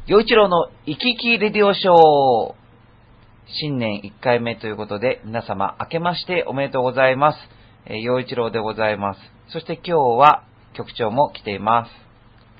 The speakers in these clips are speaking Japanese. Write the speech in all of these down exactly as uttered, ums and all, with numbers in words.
陽一郎の生き生きレディオショー。新年いっかいめということで、皆様明けましておめでとうございます。えー、陽一郎でございます。そして今日は局長も来ています。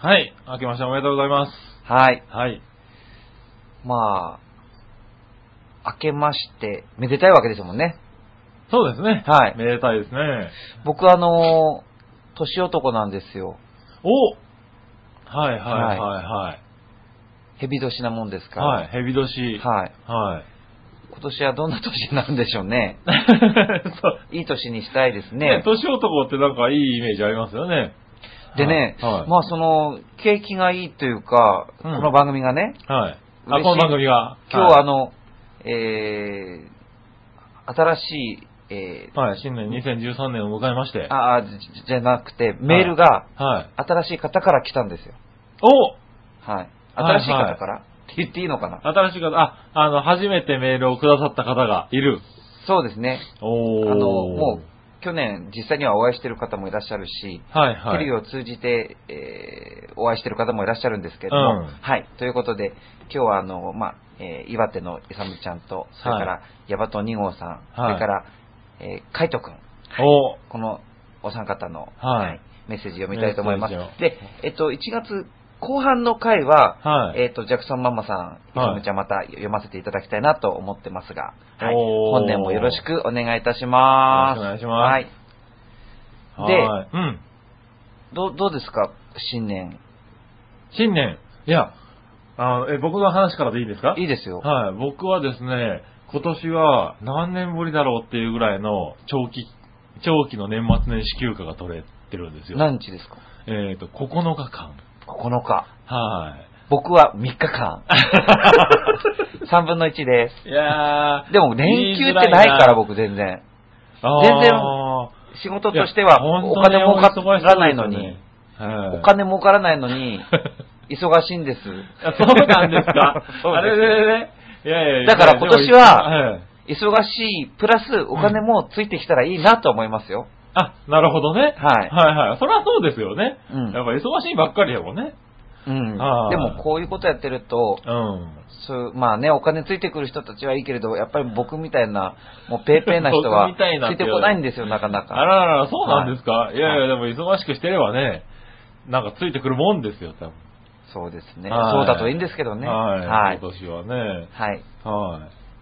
はい、明けましておめでとうございます。 はい。 はい。 まあ、明けましてめでたいわけですもんね。 そうですね。 はい。 めでたいですね。 僕あのー、年男なんですよ。 おはいはいはいはい。 蛇年なもんですから。 はい、蛇年。 はい。 はい。 今年はどんな年なんでしょうね。 そういい年にしたいですね。 ね、年男ってなんかいいイメージありますよね。 でね、 はいはい、 まあその、景気がいいというか、うん、この番組がね。 はい。あ、この番組が。 今日はあの、はい、えー、新しい、えー、はい、新年にせんじゅうさんねんを迎えまして。 ああ、じゃなくて、メールが、 はい。 新しい方から来たんですよ。 おはい。新しい方から、はいはい、って言っていいのかな。 新しい方、あ、あの、初めてメールをくださった方がいる。 そうですね。 おー。 あの、もう、去年実際にはお会いしている方もいらっしゃるし、 はいはい。 テレビを通じて、えー、お会いしている方もいらっしゃるんですけれども、うん、はい。ということで、今日はあの、まあ、えー、岩手のイサムちゃんと、それから、ヤバトに号さん、はい、それから、えー、カイトくん、はい、 おこのお三方の、 はいはい、メッセージを読みたいと思います。で、えっと、いちがつこう半の回は、はい、えっと、ジャクソンママさん、イサムちゃんまた読ませていただきたいなと思ってますが、はい、本年もよろしくお願いいたします。 よろしくお願いします。はい。で、 はい、うん。どう、どうですか、新年。 新年いや、あの、え、僕の話からでいいですか？ いいですよ。 はい。僕はですね、今年は何年ぶりだろうっていうぐらいの長期、長期の年末年始休暇が取れてるんですよ。 何日ですか？ えっと、ここのかかん。 ここのか。 はい。 僕はみっかかん。さんぶんのいちです。 いやー。でも連休ってないから僕全然。全然仕事としてはお金儲からないのに、お金儲からないのに、忙しいんです。 そうなんですか？あれれれいやいやいや。 だから今年は、忙しい、プラスお金もついてきたらいいなと思いますよ。 うん、あ、なるほどね。 はい。 はいはい。それはそうですよね。 うん。 やっぱ忙しいばっかりやもんね。 うん。でもこういうことやってると、うん。そうまあね、お金ついてくる人たちはいいけれど、やっぱり僕みたいな、もうペーペーな人はついてこないんですよ、なかなか。 あららら、そうなんですか？はい、いやいや、でも忙しくしてればね、なんかついてくるもんですよ、多分。 そうですね。そうだといいんですけどね。 はい。はい、今年はね。 はい。 はい。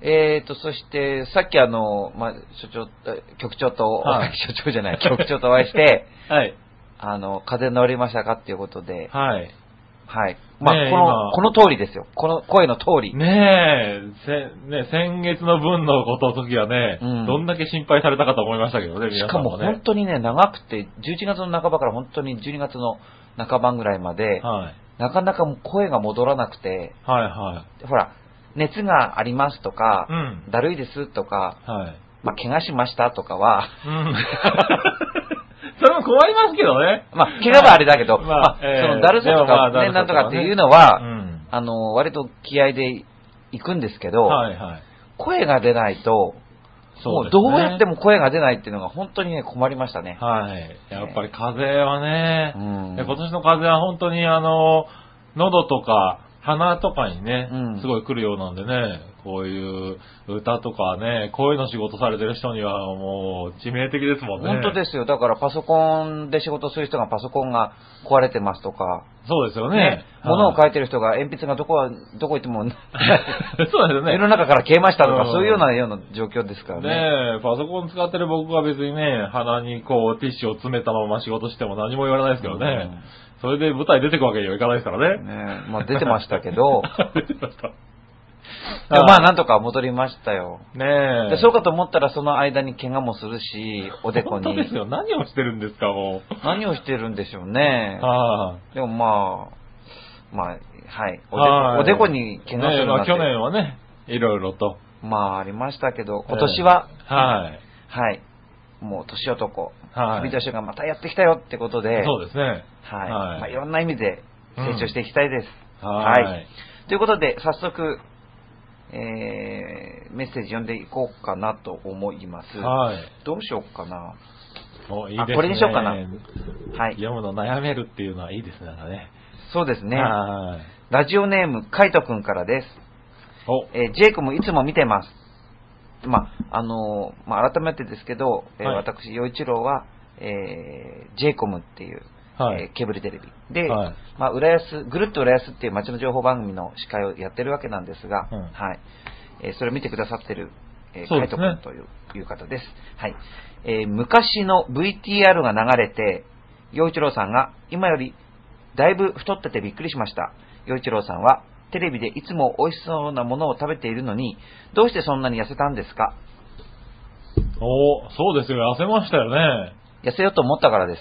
えーと、そして、さっきあの、まあ、所長、局長と、はい、所長じゃない、局長とお会いして、 はい。 あの、風邪治りましたかっていうことで、 はい。 はい。まあ、この、この通りですよ。この声の通り。 ねえ、せ、ね、先月の分のことの時はね、うん、どんだけ心配されたかと思いましたけどね、皆さんもね。 しかも本当にね、長くて、じゅういちがつの半ばから本当にじゅうにがつの半ばぐらいまで、はい、なかなか声が戻らなくて、 はいはい。 ほら、熱がありますとか、 うん、 だるいですとか、 はい、 まあ、怪我しましたとかは、 うんそれも困りますけどね。 まあ、怪我はあれだけど、まあ、まあえー、 そのだるさとか、ね、なんとかっていうのは、 うん、 あの、割と気合で行くんですけど、 はいはい、 声が出ないと、もうどうやっても声が出ないっていうのが本当にね、困りましたね。 はい。やっぱり風邪はね、 うん、 今年の風邪は本当にあの、喉とか鼻とかにね、うん、すごい来るようなんでね、こういう歌とかね、こういうの仕事されてる人にはもう致命的ですもんね。 本当ですよ。だからパソコンで仕事する人がパソコンが壊れてますとか。 そうですよね。 ね、物を書いてる人が鉛筆がどこは、どこ行っても、 そうですよね。 世の中から消えましたとか、うん、そういうようなような状況ですからね。 ねえ、パソコン使ってる僕は別にね、鼻にこうティッシュを詰めたまま仕事しても何も言われないですけどね。うん、それで舞台出てくわけにはいかないですからね。 ねえ、まあ出てましたけど。 出てました。 でもまあなんとか戻りましたよ。 ねえ。 でそうかと思ったらその間に怪我もするし、おでこに。 本当ですよ。何をしてるんですか、もう。 何をしてるんでしょうね。 はあ、 でもまあ、まあ、はい。おでこ、おでこに怪我するなんて、 ね、まあ去年はね、いろいろと。 まあありましたけど、今年は、 えー、はい。 はい。もう年男、 はい。 飛び出しがまたやってきたよってことで、 そうですね。はい。 はい。まあいろんな意味で成長していきたいです。 うん、はい、 はい。ということで、早速、えー、メッセージ読んでいこうかなと思います。 はい。 どうしようかな。 お、いいですね。 あ、これにしようかな。はい。 読むの悩めるっていうのはいいですね。ねそうですね。 はラジオネーム、カイトくんからです。 おえー、ジェイコムいつも見てます。まあ、あのー、まあ、改めてですけど、えーはい、私、陽一郎は、えー、ジェイコムっていう、はい、えー、ケーブルテレビ。で、はい、まあ、浦安、ぐるっと浦安っていう街の情報番組の司会をやってるわけなんですが、うん、はい。えー、それを見てくださってる、えー、カイト君という、いう方です。はい。えー、昔の ブイティーアール が流れて、陽一郎さんが今よりだいぶ太っててびっくりしました。陽一郎さんはテレビでいつも美味しそうなものを食べているのに、どうしてそんなに痩せたんですか？ おー、そうですよ。痩せましたよね。 痩せようと思ったからです。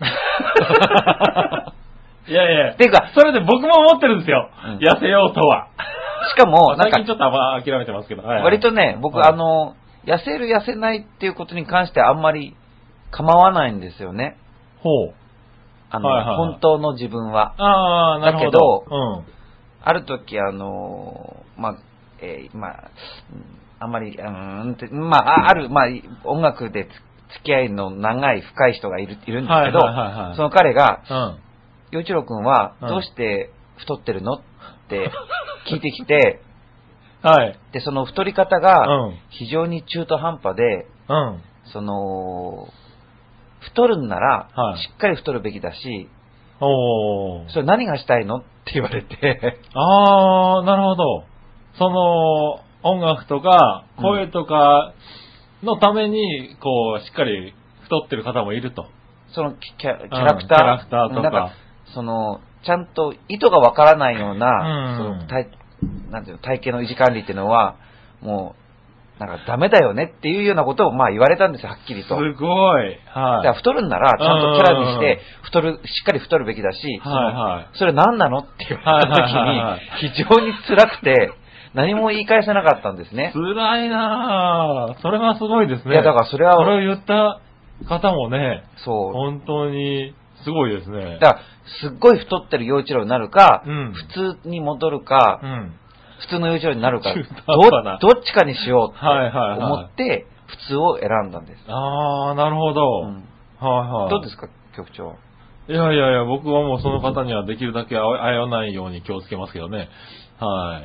いやいや。 ていうか、 それで僕も思ってるんですよ。うん、痩せようとは。 しかも、 なんか最近ちょっと諦めてますけど。はいはい、 割とね、僕、はい、あの、痩せる痩せないっていうことに関してあんまり構わないんですよね。 ほう。 あの、はいはいはい、本当の自分は。 ああ、なるほど。 だけど、うん、ある時、あの、まあ、えー、まあ、あんまり、うーんって、まあ、ある、まあ、音楽で付き合いの長い深い人がいる、いるんですけど、はいはいはいはい、その彼が、陽一郎君はどうして太ってるのって聞いてきて、 はい。 で、その太り方が非常に中途半端で、 うん、 その、太るんなら、しっかり太るべきだし、 おそれ何がしたいのって言われて。 あー、なるほど。その、音楽とか、声とかのために、こう、しっかり太ってる方もいると。 そのキャ、キャラクター、うん、キャラクターとか。 なんか、その、ちゃんと意図がわからないような、うん、その体、なんていうの、体型の維持管理っていうのは、もう、なんかダメだよねっていうようなことをまあ言われたんですよ、はっきりと。 すごい。はい。 だから太るんなら、ちゃんとキャラにして、太る、しっかり太るべきだし、 はいはい、 それ何なのって言われた時に、非常に辛くて、何も言い返せなかったんですね。 辛いなぁ。それはすごいですね。 いや、だからそれは。 それを言った方もね、 そう。 本当にすごいですね。 だから、すっごい太ってる陽一郎になるか、 うん、 普通に戻るか、 うん普通の陽一郎になるか、ど、どっちかにしようって思って、普通を選んだんです。 ああ、なるほど。うん、はいはい。 どうですか、局長。 いやいやいや、僕はもうその方にはできるだけ会わないように気をつけますけどね。はい。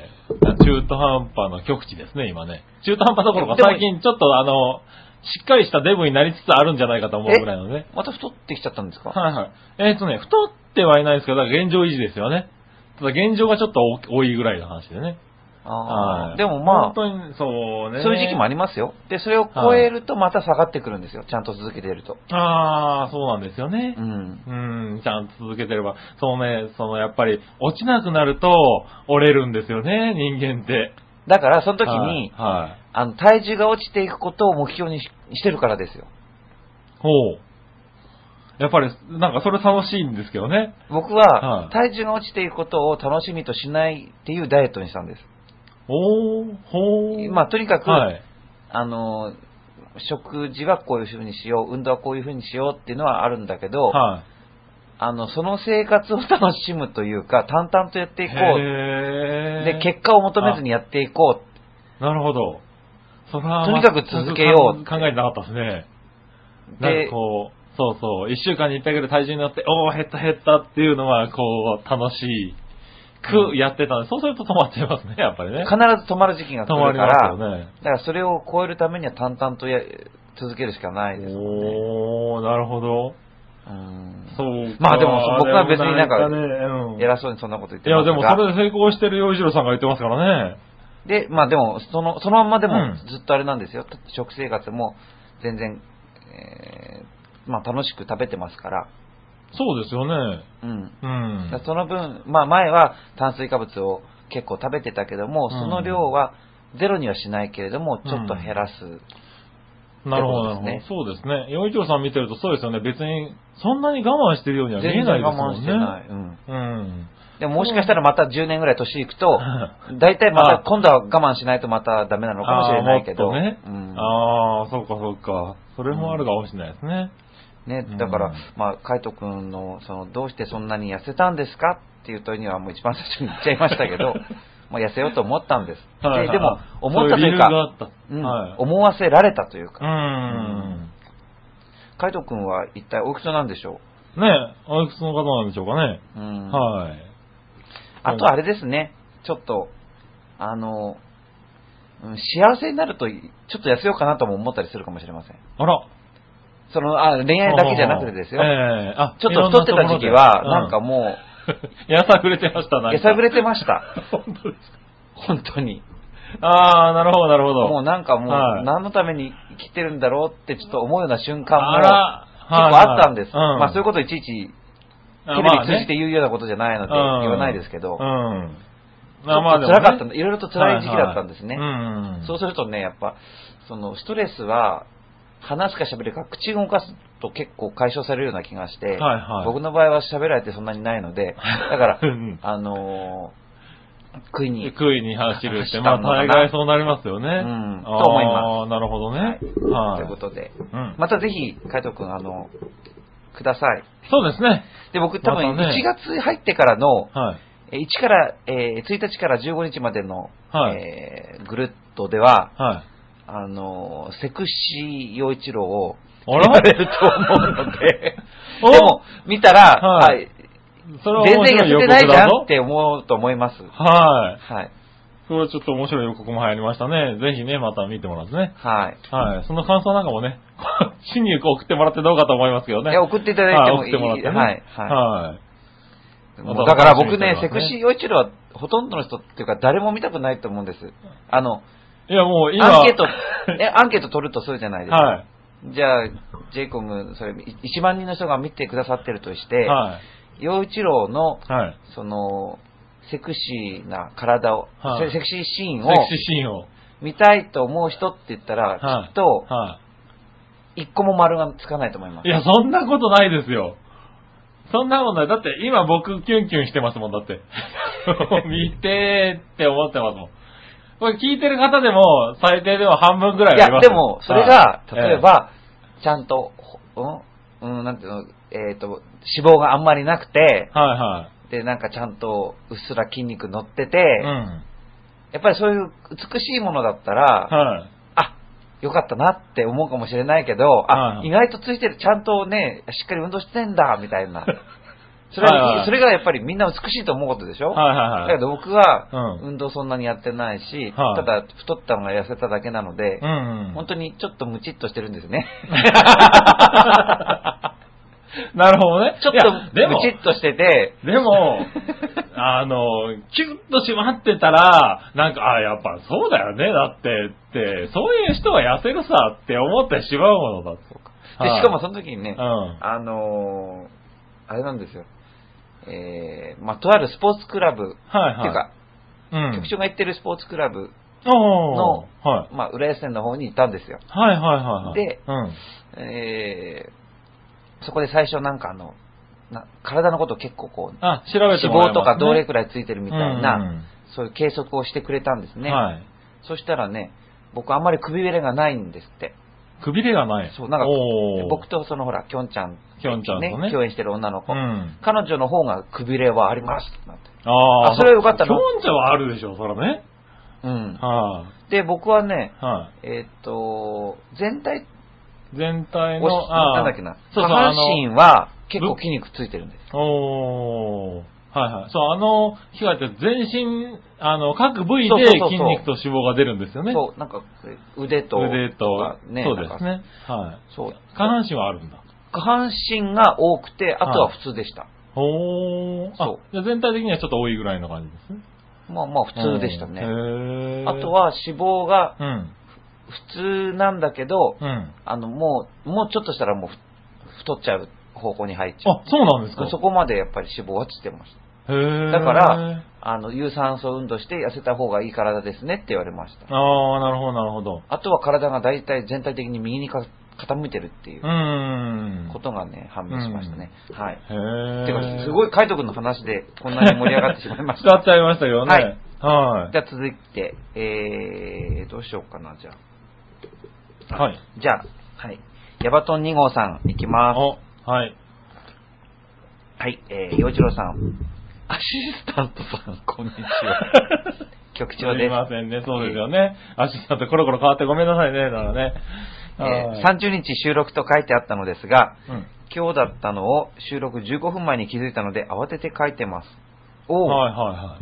中途半端な極地ですね、今ね。中途半端どころか最近ちょっとあの、しっかりしたデブになりつつあるんじゃないかと思うぐらいのね。 また太ってきちゃったんですか？ はいはい。えっとね、太ってはいないですけど、現状維持ですよね。ただ現状がちょっと多いぐらいの話でね。 あはい、でもまあ、 本当にそうね。 そういう時期もありますよ。で、それを超えるとまた下がってくるんですよ。ちゃんと続けていると。 ああ、そうなんですよね。 うん。 うん、ちゃんと続けてれば。そうね、そのやっぱり落ちなくなると折れるんですよね、人間って。 だからその時に、はいはい、 あの体重が落ちていくことを目標に し, してるからですよ。 ほう。やっぱり、なんかそれ楽しいんですけどね。 僕は、体重が落ちていくことを楽しみとしないっていうダイエットにしたんです。 おー、ほー。 まあ、とにかく、 はい、 あの、食事はこういう風にしよう、運動はこういう風にしようっていうのはあるんだけど、 はい、 あの、その生活を楽しむというか、淡々とやっていこう。で、結果を求めずにやっていこう。なるほど。それは、 とにかく続けよう。 考えてなかったですね。で、こう、そうそう、一週間に一回ぐらい体重になって、おー、減った減ったっていうのは、こう、楽しくやってたんで、うん、そうすると止まっちゃいますね、やっぱりね。 必ず止まる時期が来るから、 止まりますよね。 だからそれを超えるためには淡々とや続けるしかないですもんね。 おー、なるほど。 うん、 そうまあでも、僕は別になんか、 ねうん、 偉そうにそんなこと言ってますが。 いや、でもそれで成功してる洋一郎さんが言ってますからね。 で、まあでも、その、そのまんまでもずっとあれなんですよ。うん、食生活も全然、えーまあ楽しく食べてますから。 そうですよね。 うん。 うん。 その分、まあ前は炭水化物を結構食べてたけども、その量はゼロにはしないけれども、ちょっと減らす、 うん。なるほど、なるほど。そうですね。洋一郎さん見てるとそうですよね。別にそんなに我慢してるようには見えないですもんね。 全然我慢してない。うん。 うん。 でももしかしたらまたじゅうねんぐらい年いくと、大体また今度は我慢しないとまたダメなのかもしれないけど。 あ、ねうん、ああ、そうかそうか。それもあるかもしれないですね。 ね、だから、うん、まあ、カイト君の、その、どうしてそんなに痩せたんですかっていう問いにはもう一番最初に言っちゃいましたけど、もう痩せようと思ったんです。 はいはい、 で, でも、思ったというか、 ういううんはい、 思わせられたというか。 うん。 カイト君は一体おいくつなんでしょうねえ、おいくつの方なんでしょうかね。 うん、 はい。 あとあれですね、ちょっと、あの、幸せになると、ちょっと痩せようかなとも思ったりするかもしれません。 あら。 その、あ、恋愛だけじゃなくてですよ。 えー、あ、 ちょっと太ってた時期は、なんかもう、やさぐれてました、なんか。 やさぐれてました。 本当ですか。 本当に。 ああ、なるほど、なるほど。 もうなんかもう、 はい、 何のために生きてるんだろうってちょっと思うような瞬間も、結構はいあったんです。 はいうん、 まあそういうことをいちいち、テレビ通じて言うようなことじゃないので、言わないですけど、 うん。 ちょっと辛かったんだ。いろいろと辛い時期だったんですね。 はいはいうん、 そうするとね、やっぱ、その、ストレスは、話すか喋るか、口動かすと結構解消されるような気がして、 はいはい、 僕の場合は喋られてそんなにないので、だから、あのー、食いに。 食いに走るって、まあ大概そうなりますよね。 うん、と思います。 ああ、なるほどね。はい。 はい、ということで、うん、またぜひ、海斗くん、あの、ください。 そうですね。 で、僕多分いちがつ入ってからの、 はい、 いちから、えー、ついたちからじゅうごにちまでの、 はい、 えー、ぐるっとでは、 はい、 あの、セクシー陽一郎を言われると思うので、でも、見たら、はい、それは全然痩せてないじゃんって思うと思います。 はい。 はい。 それはちょっと面白い予告も入りましたね。ぜひね、また見てもらってね。 はい。 はい。その感想なんかもね、こっちに送ってもらってどうかと思いますけどね。 いや、送っていただいてもいい。 はい、送ってもらってね。 はい。 はい。 だから僕ね、セクシー陽一郎はほとんどの人っていうか誰も見たくないと思うんです。あの、 いやもう今、 アンケート、え、アンケート取るとそうじゃないですか。 はい。 じゃあ、ジェイコム、それ、いちまんにんの人が見てくださってるとして、 はい。 陽一郎の、 はい。 その、セクシーな体を、はい、セクシーシーンを、 セクシーシーンを、 見たいと思う人って言ったら、はい、きっと、 はい。 一個も丸がつかないと思います。 いや、そんなことないですよ。そんなことない。だって今僕キュンキュンしてますもん、だって。見てーって思ってますもん。これ聞いてる方でも最低でも半分ぐらいあります。 いや、でも、それが、例えば、えー、ちゃんと、うん、うん、なんていうの、えっと、脂肪があんまりなくて、 はいはい。 で、なんかちゃんとうっすら筋肉乗ってて、 うん、 やっぱりそういう美しいものだったら、 はい、 あ、よかったなって思うかもしれないけど、あ、はい、意外とついてる、ちゃんとね、しっかり運動してんだ、みたいな。それは、はいはい、それがやっぱりみんな美しいと思うことでしょ、 はいはいはい、 だけど僕は、運動そんなにやってないし、うん、ただ太ったのが痩せただけなので、 うんうん、 本当にちょっとムチっとしてるんですね。 なるほどね。 ちょっとムチっとしてて。 でも、あの、キュッと締まってたら、なんか、あ、やっぱそうだよね、だってって、そういう人は痩せるさって思ってしまうものだと。 で、しかもその時にね、 うん、 あのー、あれなんですよ。えー、まあ、とあるスポーツクラブ、はいはい、っていうか、うん、局長が行ってるスポーツクラブの、はい、まあ、浦安線の方に行ったんですよ。 はいはいはい、はい。 で、うん、えー、そこで最初なんかあの、な体のことを結構こう、 あ、調べてもらいますね、 脂肪とかどれくらいついてるみたいな、 うんうん、 そういう計測をしてくれたんですね。 はい。 そしたらね、僕あんまりくびれがないんですって。 くびれがない。 そう、なんか、僕とそのほら、きょんちゃん、 きょんちゃんとね、 共演してる女の子、 うん、 彼女の方がくびれはありますなんて。 ああ、それはよかったの。 きょんちゃんはあるでしょ、そらね。 うん。 はあ、 で、僕はね、 はい、えっと、全体、 全体の、 あなんだっけな、そうそう、下半身は結構筋肉ついてるんです。 おー。はいはい。そう、あの機械って全身、あの、各部位で筋肉と脂肪が出るんですよね。 そう、なんか、腕と、 腕と、 ね、 そうですね。はい。 そう。 下半身はあるんだ。 下半身が多くて、あとは普通でした。はい、 おー。そう。じゃ全体的にはちょっと多いぐらいの感じですね。 まあまあ普通でしたね。 へー。 あとは脂肪が、 うん、 普通なんだけど、 うん、 あの、もう、もうちょっとしたらもう太っちゃう方向に入っちゃう。 あ、そうなんですか。 そこまでやっぱり脂肪はつってました。 へだから、あの、有酸素運動して痩せた方がいい体ですねって言われました。 ああ、なるほど、なるほど。 あとは体が大体全体的に右にか傾いてるっていうことがね、判明しましたね。はい。 へえ。 てか、すごい海斗くんの話でこんなに盛り上がってしまいました。 使っちゃいましたけどね。 はい。 はい。 じゃあ続いて、えー、どうしようかな、じゃあ。 はい。 じゃあ、はい。ヤバトンに号さんいきます。 お、はい。 はい、えー、洋一郎さん。アシスタントさん、こんにちは。局長です。 すいませんね、そうですよね。えー、アシスタントコロコロ変わってごめんなさいね、だからね。 えー、さんじゅうにち収録と書いてあったのですが、 うん、 今日だったのを収録じゅうごふんまえに気づいたので慌てて書いてます。 おはいはいはい。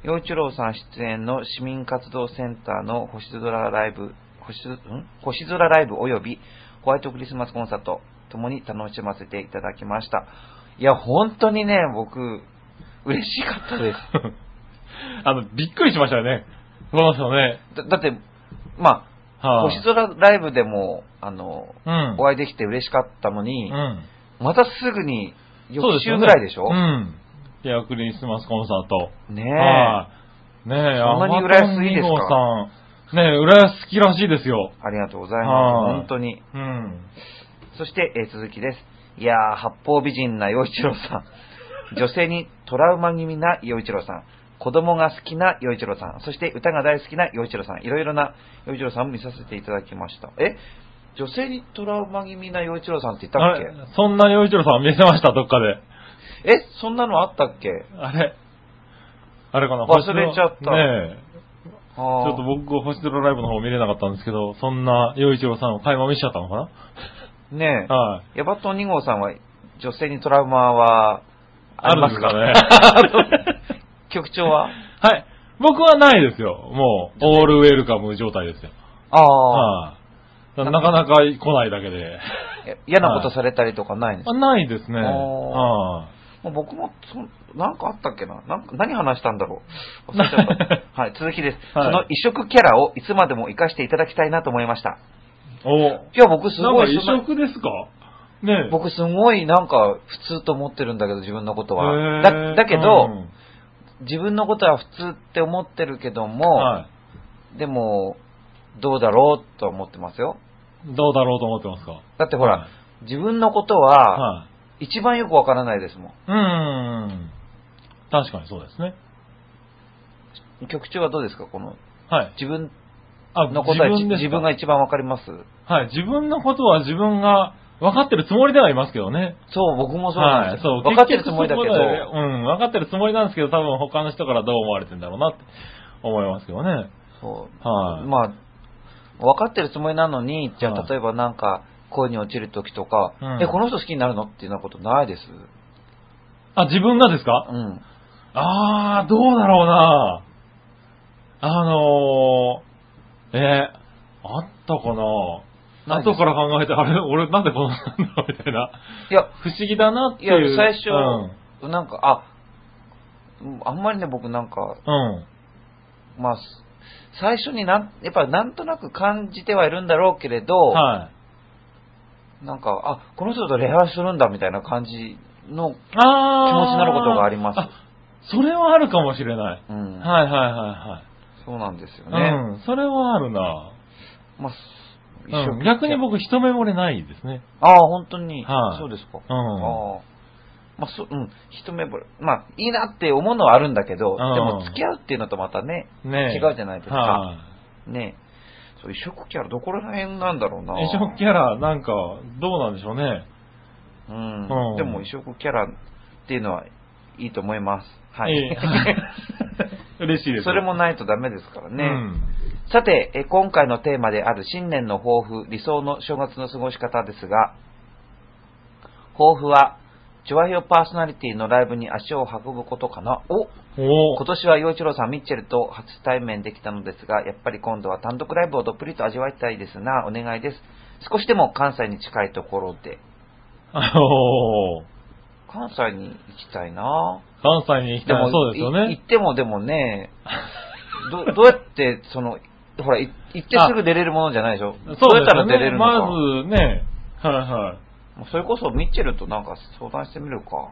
陽一郎さん出演の市民活動センターの星空ライブ、星、ん星空ライブおよびホワイトクリスマスコンサート、ともに楽しませていただきました。いや、本当にね、僕、嬉しかったです。 あの、びっくりしましたよね。この人ね。 だ, だって、まあ、はあ、星空ライブでも、あの、うん、お会いできて嬉しかったのに、うん、またすぐに、翌週ぐらいでしょ？ う、ね、うん。いや、クリスマスコンサート。 ねえ。はあ、ねえ、 そんなに浦安いいですか？ さん。ねえ、浦安好きらしいですよ。 ありがとうございます。本当に。 うん。 そして、えー、続きです。いやー、八方美人な陽一郎さん。女性にトラウマ気味な陽一郎さん。子供が好きな陽一郎さん。そして歌が大好きな陽一郎さん。いろいろな陽一郎さんを見させていただきました。え女性にトラウマ気味な陽一郎さんって言ったっけ？ そんな陽一郎さん見せました、どっかで。 えそんなのあったっけ？ あれあれかな忘れちゃった。 ねえ。ちょっと僕、星空ライブの方見れなかったんですけど、そんな陽一郎さんを垣間見しちゃったのかな？ ねえ。 はい。 ヤバトンに号さんは女性にトラウマはありますかね？ 局長は？ はい。僕はないですよ。もう、オールウェルカム状態ですよ。 ああ。 はい、なかなか来ないだけで。 嫌なことされたりとかないんですか？ ないですね。はい、僕もそ、なんかあったっけななんか何話したんだろう忘れちゃった。はい、続きです、はい。その異色キャラをいつまでも活かしていただきたいなと思いました。 おいや、僕すごい。 なんか異色ですか？ね、 僕すごいなんか普通と思ってるんだけど、自分のことは。だ、だけど、うん、自分のことは普通って思ってるけども、はい、でも、どうだろうと思ってますよ。 どうだろうと思ってますか？ だってほら、はい、自分のことは、はい、一番よくわからないですもん。 うーん。確かにそうですね。 局長はどうですか？この、 はい、 自分のことは自分、自分が一番わかります？ はい、自分のことは自分が分かってるつもりではいますけどね。 そう、僕もそうなんですよ。 はい、 そう分かってるつもりだけど。 うん、分かってるつもりなんですけど、多分他の人からどう思われてるんだろうなって思いますけどね。 そう。 はい、 まあ、分かってるつもりなのに、じゃあ例えばなんか、恋に落ちるときとか、うん、え、この人好きになるのっていうようなことないです。 あ、自分がですか？ うん。 あー、どうだろうな。あのー、えー、あったかな。後から考えて、あれ、俺なんでこんなんだろうみたいな。 いや、 不思議だなっていう。 いや、最初、うん、なんか、あ、あんまりね、僕なんか、 うん。 まあ、最初になん、やっぱなんとなく感じてはいるんだろうけれど、 はい。 なんか、あ、この人と恋愛するんだみたいな感じの気持ちになることがあります。 あ、それはあるかもしれない。 うん。 はいはいはいはい。 そうなんですよね。 うん、それはあるな。まあ、うん、逆に僕一目惚れないですね。 ああ、本当に。 はい、 そうですか。 うん。 ああ。まあ、そ、うん、一目惚れ。まあ、いいなって思うのはあるんだけど、うん、でも付き合うっていうのとまたね、ね違うじゃないですか。 はねそう、異色キャラどこら辺なんだろうな。 異色キャラ、なんか、どうなんでしょうね。 うん。うん、でも異色キャラっていうのはいいと思います。はい。えー、嬉しいです。 それもないとダメですからね。 うん、 さてえ、今回のテーマである新年の抱負、理想の正月の過ごし方ですが、抱負は、チョアヘオパーソナリティのライブに足を運ぶことかな。おお今年は陽一郎さん、ミッチェルと初対面できたのですが、やっぱり今度は単独ライブをどっぷりと味わいたいですな。お願いです。少しでも関西に近いところで。 お関西に行きたいな。 関西に行きたい。そうですよね。 行ってもでもね、ど, どうやって、その、ほら、行ってすぐ出れるものじゃないでしょ。 そうですね。 どうやったら出れるのか。 まずね、はいはい。 それこそミッチェルとなんか相談してみるか。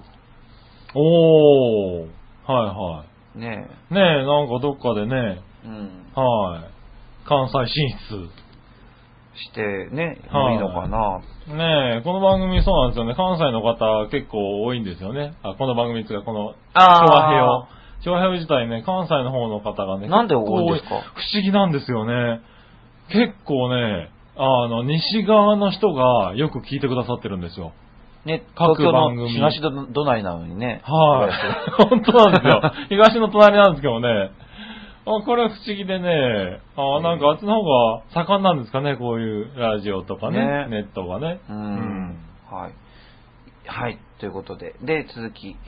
おー、はいはい。 ねえ。ねえ、なんかどっかでね、 うん、 はい。関西進出。 してね、いいのかな。 ねえ、この番組そうなんですよね。関西の方結構多いんですよね。あ、この番組っていうか、この、 昭和平和。 昭和平和自体ね、関西の方の方がね、 なんで多いんですか？ 不思議なんですよね。結構ね、あの、西側の人がよく聞いてくださってるんですよ。 ね、各番組。東の隣なのにね。 はい、本当なんですよ。東の隣なんですけどね。あ、これは不思議でね、あ、なんかあっちの方が盛んなんですかね、こういうラジオとかね、ねネットがね。 うん、うん。はい。はい、ということで。で、続き。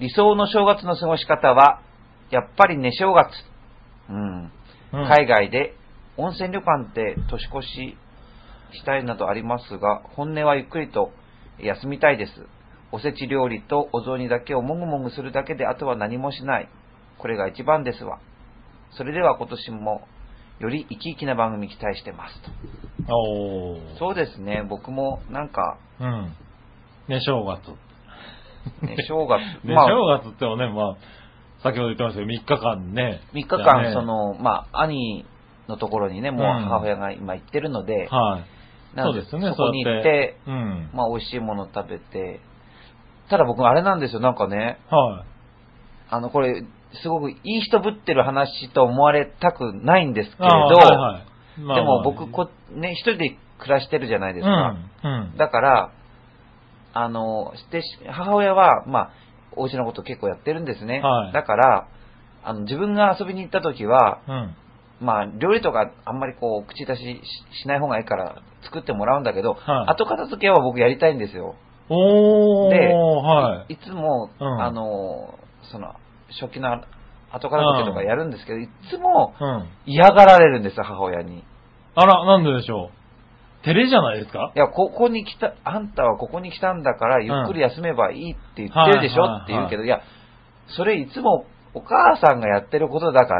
理想の正月の過ごし方は、やっぱり寝正月。うん。 うん、 海外で温泉旅館って年越ししたいなどありますが、本音はゆっくりと休みたいです。おせち料理とお雑煮だけをもぐもぐするだけであとは何もしない。これが一番ですわ。それでは今年もより生き生きな番組期待してますと。 おー。 そうですね、僕もなんか、 うん。寝正月。 ね、正月。 寝正月ってもね、まあ、先ほど言ってましたけど、みっかかんね。 みっかかん、 ね、 その、まあ、兄のところにね、もう母親が今行ってるので、 うん、はい。 そうですね、そこに行って、 うん、 まあ、美味しいもの食べて、ただ僕、あれなんですよ、なんかね、 はい。 あの、これ、すごくいい人ぶってる話と思われたくないんですけれど、 はいはい、まあ、 でも僕こ、ね、一人で暮らしてるじゃないですか。 うんうん、 だから、あの、して母親は、まあ、お家のこと結構やってるんですね。 はい、 だから、あの、自分が遊びに行った時は、 うん、 まあ、料理とかあんまりこう、口出ししない方がいいから作ってもらうんだけど、はい、後片付けは僕やりたいんですよ。 おー、 で、 はい、 い, いつも、うん、あの、その、食器の後片付けとかやるんですけど、うん、いつも嫌がられるんですよ、母親に。 あら、なんででしょう。照れじゃないですか？ いや、ここに来た、あんたはここに来たんだからゆっくり休めばいいって言ってるでしょ、うん、って言うけど、いや、それいつもお母さんがやってることだから、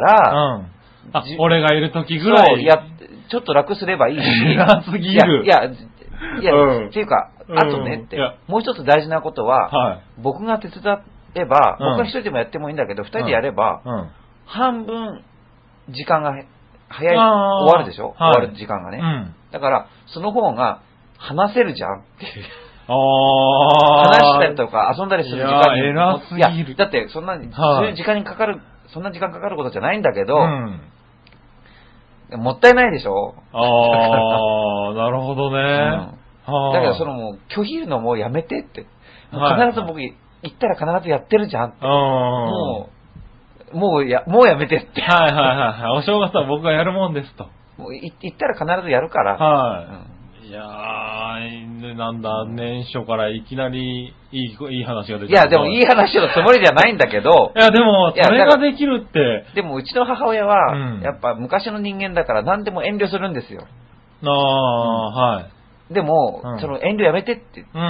うん、あ、俺がいる時ぐらい。 そう、や、ちょっと楽すればいいし。 偉すぎる。 いや、いや、いや、うん、っていうか、あとねって、うん、もう一つ大事なことは、はい、僕が手伝えば、僕が一人でもやってもいいんだけど、二、うん、人でやれば、うん、半分時間が早い、終わるでしょ、はい、終わる時間がね。うん、だから、その方が話せるじゃんっていう。 あ話したりとか遊んだりする時間に。 いや、偉すぎる。 いや、だってそんなに、そういう時間にかかる、そんな時間かかることじゃないんだけど、うんもったいないでしょ。 ああ、なるほどね。うん、 だけどそのもう拒否るのもうやめてって。もう必ず僕、はい、行ったら必ずやってるじゃんって。もう、もうや、もうやめてって。 はいはいはい。お正月は僕がやるもんですと。 もう行ったら必ずやるから。 はい。うんいやー、なんだ、年初からいきなりいい、いい話が出てきた。 いや、でもいい話のつもりじゃないんだけど。 いや、でも、それができるって。 でも、うちの母親は、うん、やっぱ昔の人間だから何でも遠慮するんですよ。 ああ、うん、はい。 でも、うん、その遠慮やめてって。うん、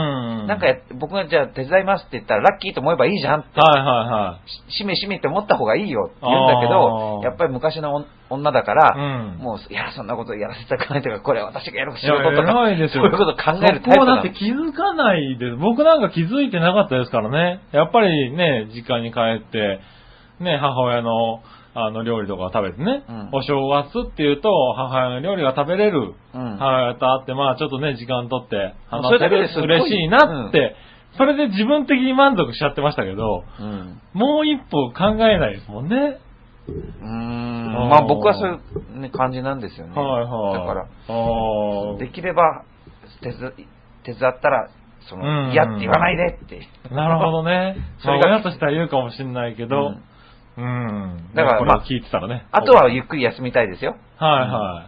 なんか僕がじゃあ手伝いますって言ったらラッキーと思えばいいじゃんって。 はいはいはい。 しめしめって思った方がいいよって言うんだけど、やっぱり昔の女だから、うん、もう、いや、そんなことやらせたくないとか、これ私がやる仕事とか、 偉いですよ。 そういうこと考えるタイプなの。 そこはだって気づかないで、僕なんか気づいてなかったですからね。やっぱりね、実家に帰って、ね、母親の、あの、料理とか食べてね、うん、お正月っていうと、母親の料理が食べれる、うん、母親と会って、まあちょっとね、時間取って話せる、嬉しいなって、うん、それで自分的に満足しちゃってましたけど、うん、もう一歩考えないですもんね。 うーん、まあ僕はそういう、ね、感じなんですよね。 はいはい。 だから、できれば手伝、手伝ったら、その、嫌って言わないでって。 なるほどね。それが親としては言うかもしれないけど、うんうん。 だから、 まあ、聞いてたらね。 あとはゆっくり休みたいですよ。 はいはい。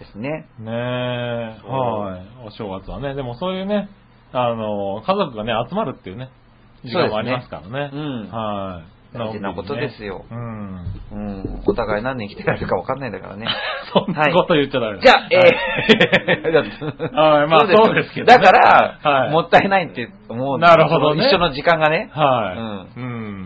ですね。 ねえ。はい。お正月はね。でもそういうね、あの、家族がね、集まるっていうね、時間もありますからね。 うん。 はい。 大事なことですよ。 うん。 うん。お互い何年生きてられるか分かんないんだからね。 そんなこと言っちゃダメだ。 じゃあ、えー。はい、まあそうですけど。 だから、もったいないって思う。 なるほどね。 一緒の時間がね。 はい。 うん。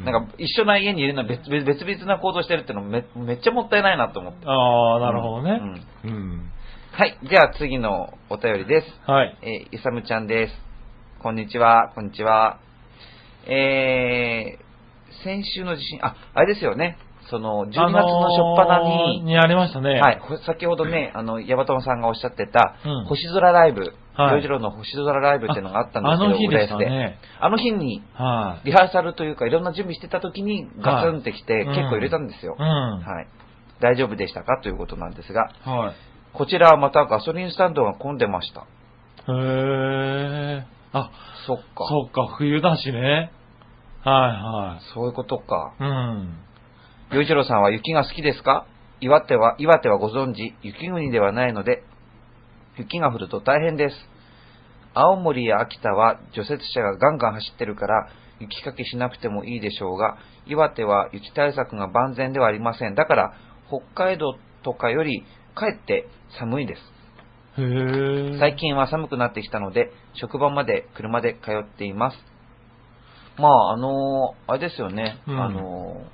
なんか、一緒な家にいるのは別々な行動してるってのめめっちゃもったいないなと思って。 ああ、なるほどね。うん。 はい。じゃあ次のお便りです。 はい。 えー、ゆさむちゃんです。こんにちは。こんにちは。えー、先週の地震、あ、あれですよね。その、じゅうにがつの初っ端に、 にありましたね。 はい。先ほどね、あの、ヤバトンさんがおっしゃってた、うん、星空ライブ、洋次郎の星空ライブっていうのがあったんですけど、 あの日でしたね。 あの日に、はい、リハーサルというか、いろんな準備してた時に、ガツンってきて、はい、結構入れたんですよ、 うん。 はい。大丈夫でしたかということなんですが、 はい、 こちらはまたガソリンスタンドが混んでました。 へー。あ、 そっか。 そっか、冬だしね。はいはい。 そういうことか。 うん。 洋一郎さんは雪が好きですか？岩手は、岩手はご存知、雪国ではないので、雪が降ると大変です。青森や秋田は除雪車がガンガン走ってるから、 雪かきしなくてもいいでしょうが、岩手は雪対策が万全ではありません。だから北海道とかよりかえって寒いです。 へー。 最近は寒くなってきたので職場まで車で通っています。まああのあれですよね、うん、あの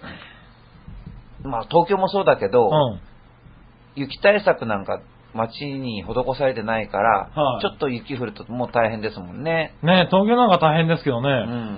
まあ東京もそうだけど、うん、雪対策なんか街に施されてないから、はい、ちょっと雪降るともう大変ですもんね。 ね、東京なんか大変ですけどね、うん、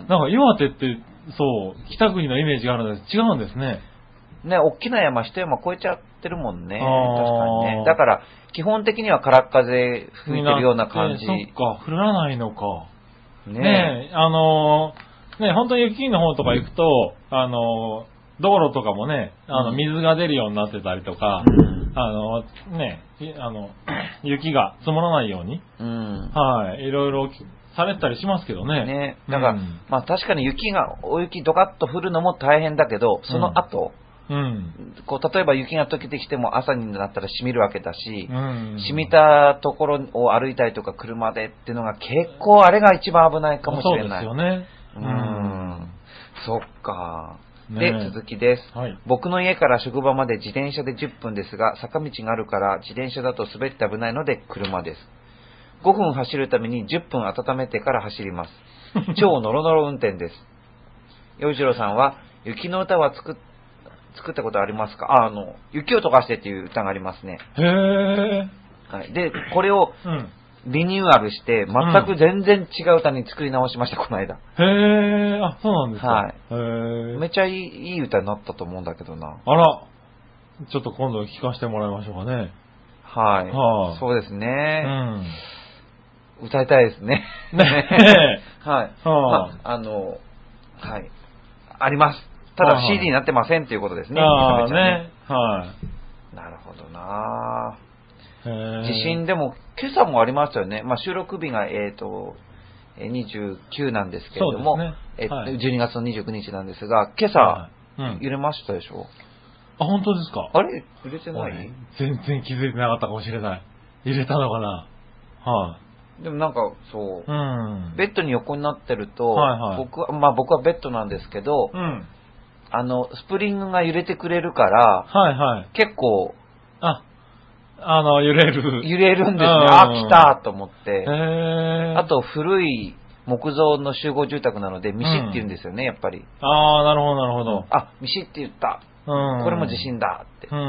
なんか岩手ってそう北国のイメージがあるので違うんですね。 ね、大きな山一山越えちゃってるもんね。確かにね。だから基本的には空っ風吹いてるような感じ。 そっか、降らないのか。ね, ねあのね本当に雪の方とか行くと、あの道路とかもね、あの水が出るようになってたりとか、うん、あのねあの雪が積もらないように、うん、はい、いろいろされたりしますけどね。 ね、だから、うん、まあ確かに雪が大雪ドカッと降るのも大変だけど、その後。うん、こう例えば雪が溶けてきても朝になったら染みるわけだし、うん、染みたところを歩いたりとか車でっていうのが結構あれが一番危ないかもしれない。 そうですよね。 うん、そっか。で、ね、続きです、はい。僕の家から職場まで自転車でじゅっぷんですが、坂道があるから自転車だと滑って危ないので車です。ごふん走るためにじゅっぷん温めてから走ります。超ノロノロ運転です。洋一郎さんは雪の歌は作っ作ったことありますか？あ、あの、雪を溶かしてっていう歌がありますね。 へー。 はい。で、これをリニューアルして、全く全然違う歌に作り直しました、この間。 へー。あ、そうなんですか。 はい。 へー。 めっちゃいい、いい歌になったと思うんだけどな。 あら。ちょっと今度聞かせてもらいましょうかね。 はい。はあ、そうですね。うん。歌いたいですね。 ねはい。はあ、まあ、あの、はい。あります。ただ シーディー になってませんっていうことですね。 ああ、ね。はい。 なるほどな。地震でも今朝もありましたよね。まあ収録日がえっとにじゅうくなんですけれども、ね、えはい、じゅうにがつのにじゅうくにちなんですが、今朝、はいうん、揺れましたでしょ。 あ、本当ですか。 あれ揺れてない？ 全然気づいてなかったかもしれない。揺れたのかな。はい。 でもなんかそう、 うん、 ベッドに横になってると、 はいはい、 僕はまあ僕はベッドなんですけど。 うんあの、スプリングが揺れてくれるから、 はいはい。 結構、 あ、あの、揺れる。 揺れるんですね。あ、来たと思って。 へあと、古い木造の集合住宅なので、ミシって言うんですよね、やっぱり。 ああ、なるほど、なるほど。 あ、ミシって言った。うん、これも地震だって。 うん。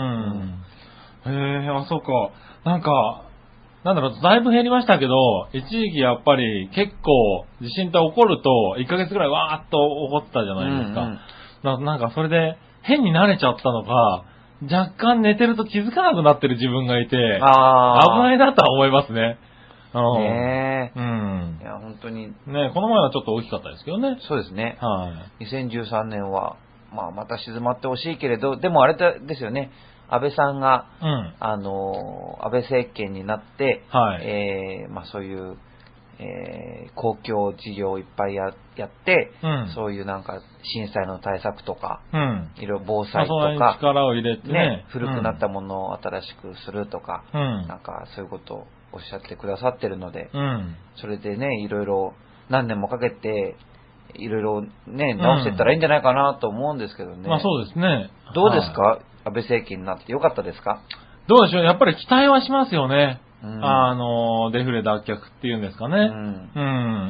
へえ、あ、そうか。なんか、なんだろう、だいぶ減りましたけど、一時期やっぱり結構地震って起こると、いっかげつぐらいわーっと起こってたじゃないですか。うんうんな, なんかそれで変に慣れちゃったのか、若干寝てると気づかなくなってる自分がいて、 あ危ないなとは思いますね。 うん、ねえ。うん。 いや、本当に。 ねこの前はちょっと大きかったですけどね。 そうですね。 はい。 にせんじゅうさんねんは、まあまた静まってほしいけれど、でもあれですよね。安倍さんが、 うん、 あの、安倍政権になって、 はい。 えー、まあそういう、えー、公共事業をいっぱい や, やって、 うん、 そういうなんか震災の対策とか、 うん、 いろいろ防災とか、 まあ、力を入れてね、 ね古くなったものを新しくするとか、 うん、 なんかそういうことをおっしゃってくださってるので、 うん、 それでね、いろいろ何年もかけて、いろいろね、直していったらいいんじゃないかなと思うんですけどね。 まあそうですね。 どうですか、はい、安倍政権になってよかったですか？ どうでしょう、やっぱり期待はしますよね。 うん、 あの、デフレ脱却っていうんですかね。 うん。 うん。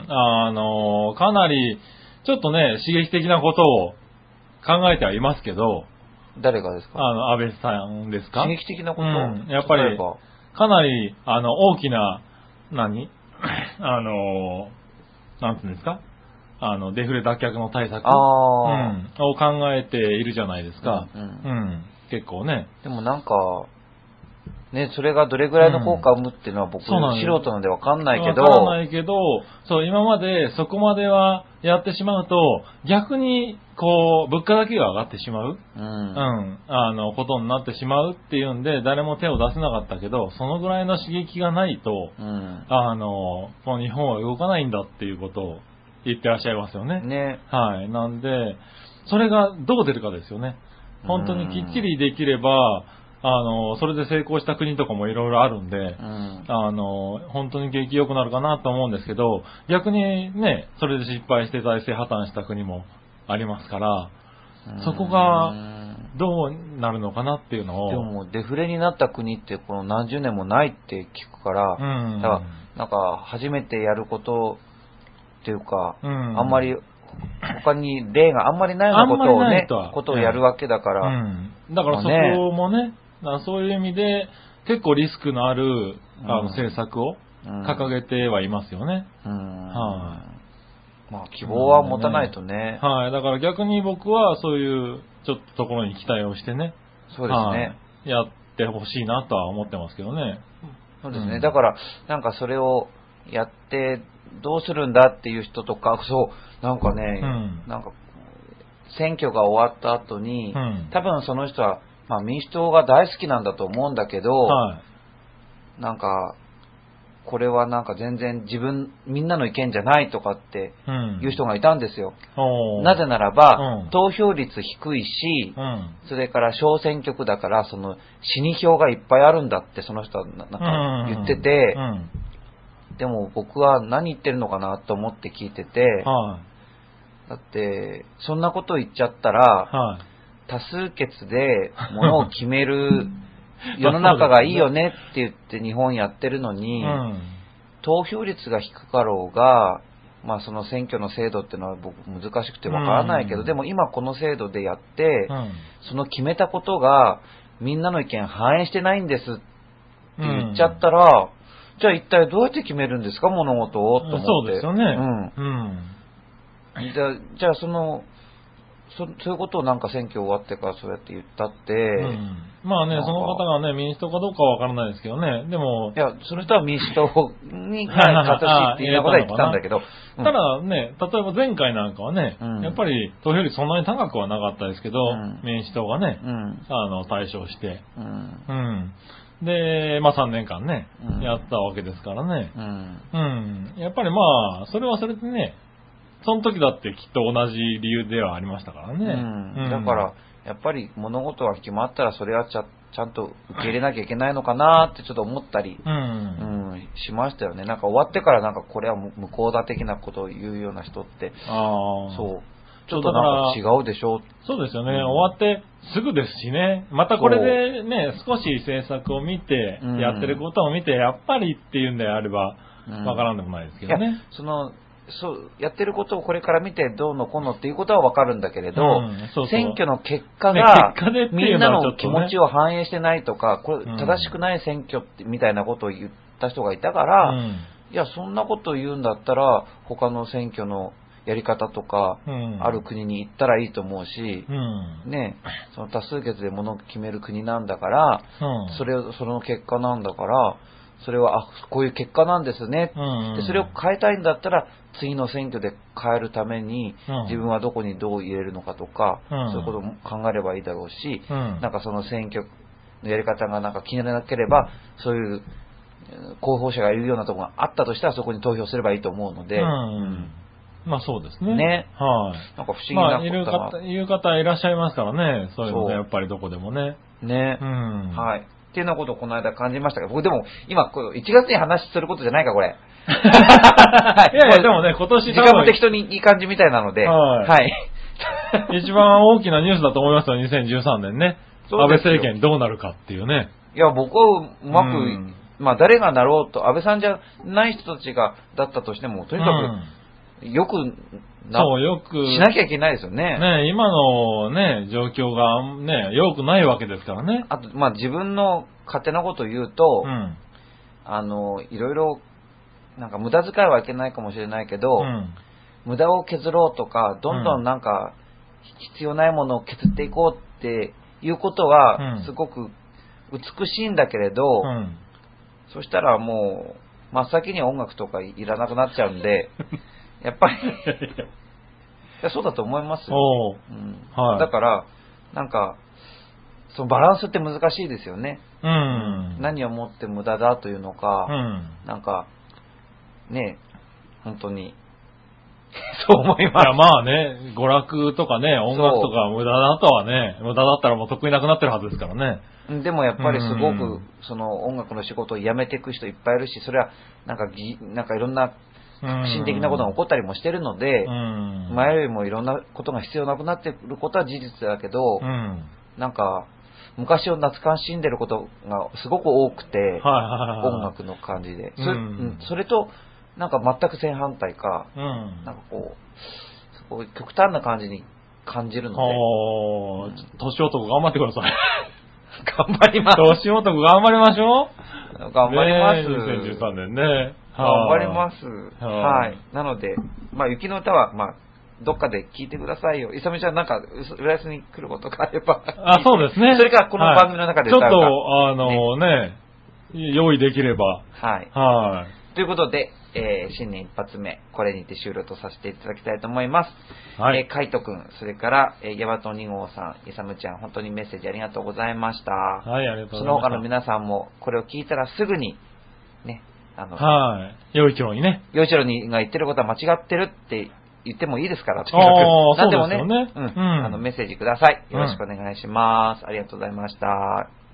あの、かなり、ちょっとね、刺激的なことを考えてはいますけど。 誰がですか？ あの、安倍さんですか？ 刺激的なこと、 うん、やっぱり、かなり、あの、大きな、何あの、なんていうんですかあの、デフレ脱却の対策、 あ、 うん、を考えているじゃないですか。 うん。うんうん、結構ね。 でもなんか、ね、それがどれぐらいの効果を生むっていうのは僕、素人なのでわかんないけど。 わかんないけど、そう、今までそこまではやってしまうと、逆に、こう、物価だけが上がってしまう、 うん、 うん、あの、ことになってしまうっていうんで、誰も手を出せなかったけど、そのぐらいの刺激がないと、 うん、 あの、この日本は動かないんだっていうことを言ってらっしゃいますよね。 ね。 はい。なんで、それがどう出るかですよね。本当にきっちりできれば、 あの、それで成功した国とかもいろいろあるんで、うん、あの、本当に景気良くなるかなと思うんですけど、逆にね、それで失敗して財政破綻した国もありますから、そこがどうなるのかなっていうのを。 でもデフレになった国ってこの何十年もないって聞くから、うん、だからなんか初めてやることっていうか、うん、あんまり他に例があんまりないようなことをね、ことをやるわけだから。 うん、だからそこもね、だからそういう意味で結構リスクのあるあの政策を掲げてはいますよね。うん、 はい、まあ希望は持たないとね。ね、 はい。だから逆に僕はそういうちょっとところに期待をしてね。 そうですね。はい、 やってほしいなとは思ってますけどね。 そうですね。うん、だからなんかそれをやってどうするんだっていう人とか、そうなんかね、うん、なんか選挙が終わった後に、うん、多分その人はまあ民主党が大好きなんだと思うんだけど、はい、なんかこれはなんか全然自分みんなの意見じゃないとかっていう人がいたんですよ。うん、なぜならば、うん、投票率低いし、うん、それから小選挙区だからその死に票がいっぱいあるんだってその人はなんか言ってて、うんうんうん、でも僕は何言ってるのかなと思って聞いてて、はい、だってそんなこと言っちゃったら、はい、多数決でものを決める世の中がいいよねって言って日本やってるのに、うん、投票率が低かろうが、まあその選挙の制度っていうのは僕難しくてわからないけど、うん、でも今この制度でやって、うん、その決めたことがみんなの意見反映してないんですって言っちゃったら、うん、じゃあ一体どうやって決めるんですか物事をと思って。 そうですよね。 うんうん、じゃあ、じゃあそのそ, そういうことをなんか選挙終わってからそうやって言ったって、うん、 まあね、その方がね、民主党かどうかはわからないですけどね、でも。 いや、その人は民主党に勝つしっていうようなことは言ってたんだけど。 ただね、例えば前回なんかはね、うん、やっぱり投票率そんなに高くはなかったですけど、うん、民主党がね、うん、あの、対象して、うん、うん、で、まあさんねんかんね、うん、やったわけですからね、うん、うん、やっぱりまあ、それはそれでね、その時だってきっと同じ理由ではありましたからね。 うんうん、だから、やっぱり物事が決まったらそれはちゃ、ちゃんと受け入れなきゃいけないのかなってちょっと思ったり、うんうん、しましたよね。なんか終わってからなんかこれは向こうだ的なことを言うような人って、あそう。ちょっとなんか違うでしょ。 そうですよね、うん。終わってすぐですしね。またこれでね、少し政策を見て、やってることを見て、やっぱりっていうんであれば、わからんでもないですけどね。 いやそのそうやってることをこれから見てどうのこうのっていうことは分かるんだけれど、うん、そうそう選挙の結果がみんなの気持ちを反映してないとか、これ正しくない選挙みたいなことを言った人がいたから、うん、いやそんなことを言うんだったら他の選挙のやり方とか、うん、ある国に行ったらいいと思うし、うん、ね、その多数決で物を決める国なんだから、うん、それをその結果なんだから。それはあこういう結果なんですね、うんうん、でそれを変えたいんだったら次の選挙で変えるために、うん、自分はどこにどう入れるのかとか、うん、そういうことも考えればいいだろうし、うん、なんかその選挙のやり方がなんか気にならなければそういう候補者がいるようなところがあったとしたらそこに投票すればいいと思うので、うんうん、 まあそうですね。 ね、 はい、 なんか不思議なことが、まあ、いる方、いう方いらっしゃいますからね、そういうのねやっぱりどこでもね。 ね、うん、はい。っていうようなことをこの間感じましたけど、僕でも今いちがつに話することじゃないかこれ。 はい。いやいやでもね今年時間も適当にいい感じみたいなので、はい。はい、 一番大きなニュースだと思いますよにせんじゅうさんねんね。安倍政権どうなるかっていうね。 いや僕はうまく、うん、まあ誰がなろうと安倍さんじゃない人たちがだったとしてもとにかく、うん、よくなそうよくしなきゃいけないですよね。 ね今のね状況がね良くないわけですからね。 あとまあ自分の勝手なことを言うと、うん、あのいろいろなんか無駄遣いはいけないかもしれないけど、うん、無駄を削ろうとかどんどんなんか必要ないものを削っていこうっていうことはすごく美しいんだけれど、うん、そしたらもう真っ先に音楽とかいらなくなっちゃうんでやっぱりいやそうだと思いますよ、うんはい、だからなんかそのバランスって難しいですよね、うん、何をもって無駄だというのか、うん、なんかね本当にそう思います。 いや、まあね、娯楽とかね、音楽とか無駄だとはね、無駄だったらもう得意なくなってるはずですからね。 でもやっぱりすごく、その音楽の仕事を辞めていく人いっぱいいるし、それはなんかぎ、なんかいろんな革新的なことが起こったりもしてるので、前よりもいろんなことが必要なくなってくることは事実だけど、うん、なんか、昔を懐かしんでることがすごく多くて、はいはいはい、音楽の感じで。それ、うん、それと、なんか全く正反対か、うん、なんかこう、すごい極端な感じに感じるので。 年男頑張ってください。 頑張ります。 年男頑張りましょう。頑張ります。 ね、にせんじゅうさんねんね。 頑張ります。はい。なので、まあ、雪の歌は、まあ、どっかで聞いてくださいよ。いさみちゃんなんか、浦安に来ることがあれば。 あ、そうですね。 それからこの番組の中で歌うか、 はい、ちょっと、あのね、ね、用意できれば。 はい。 はい。 ということで、えー、新年一発目、これにて終了とさせていただきたいと思います。はい。えー、カイトくん、それから、えー、ヤバトに号さん、イサムちゃん、本当にメッセージありがとうございました。 はい、ありがとうございました。 その他の皆さんも、これを聞いたらすぐに、ね、 あの、はい。陽一郎にね。 陽一郎にが言ってることは間違ってるって言ってもいいですから、 とにかく。 何でもね、 そうですよね。 うん、うん。あの、メッセージください。よろしくお願いします。うん、ありがとうございました。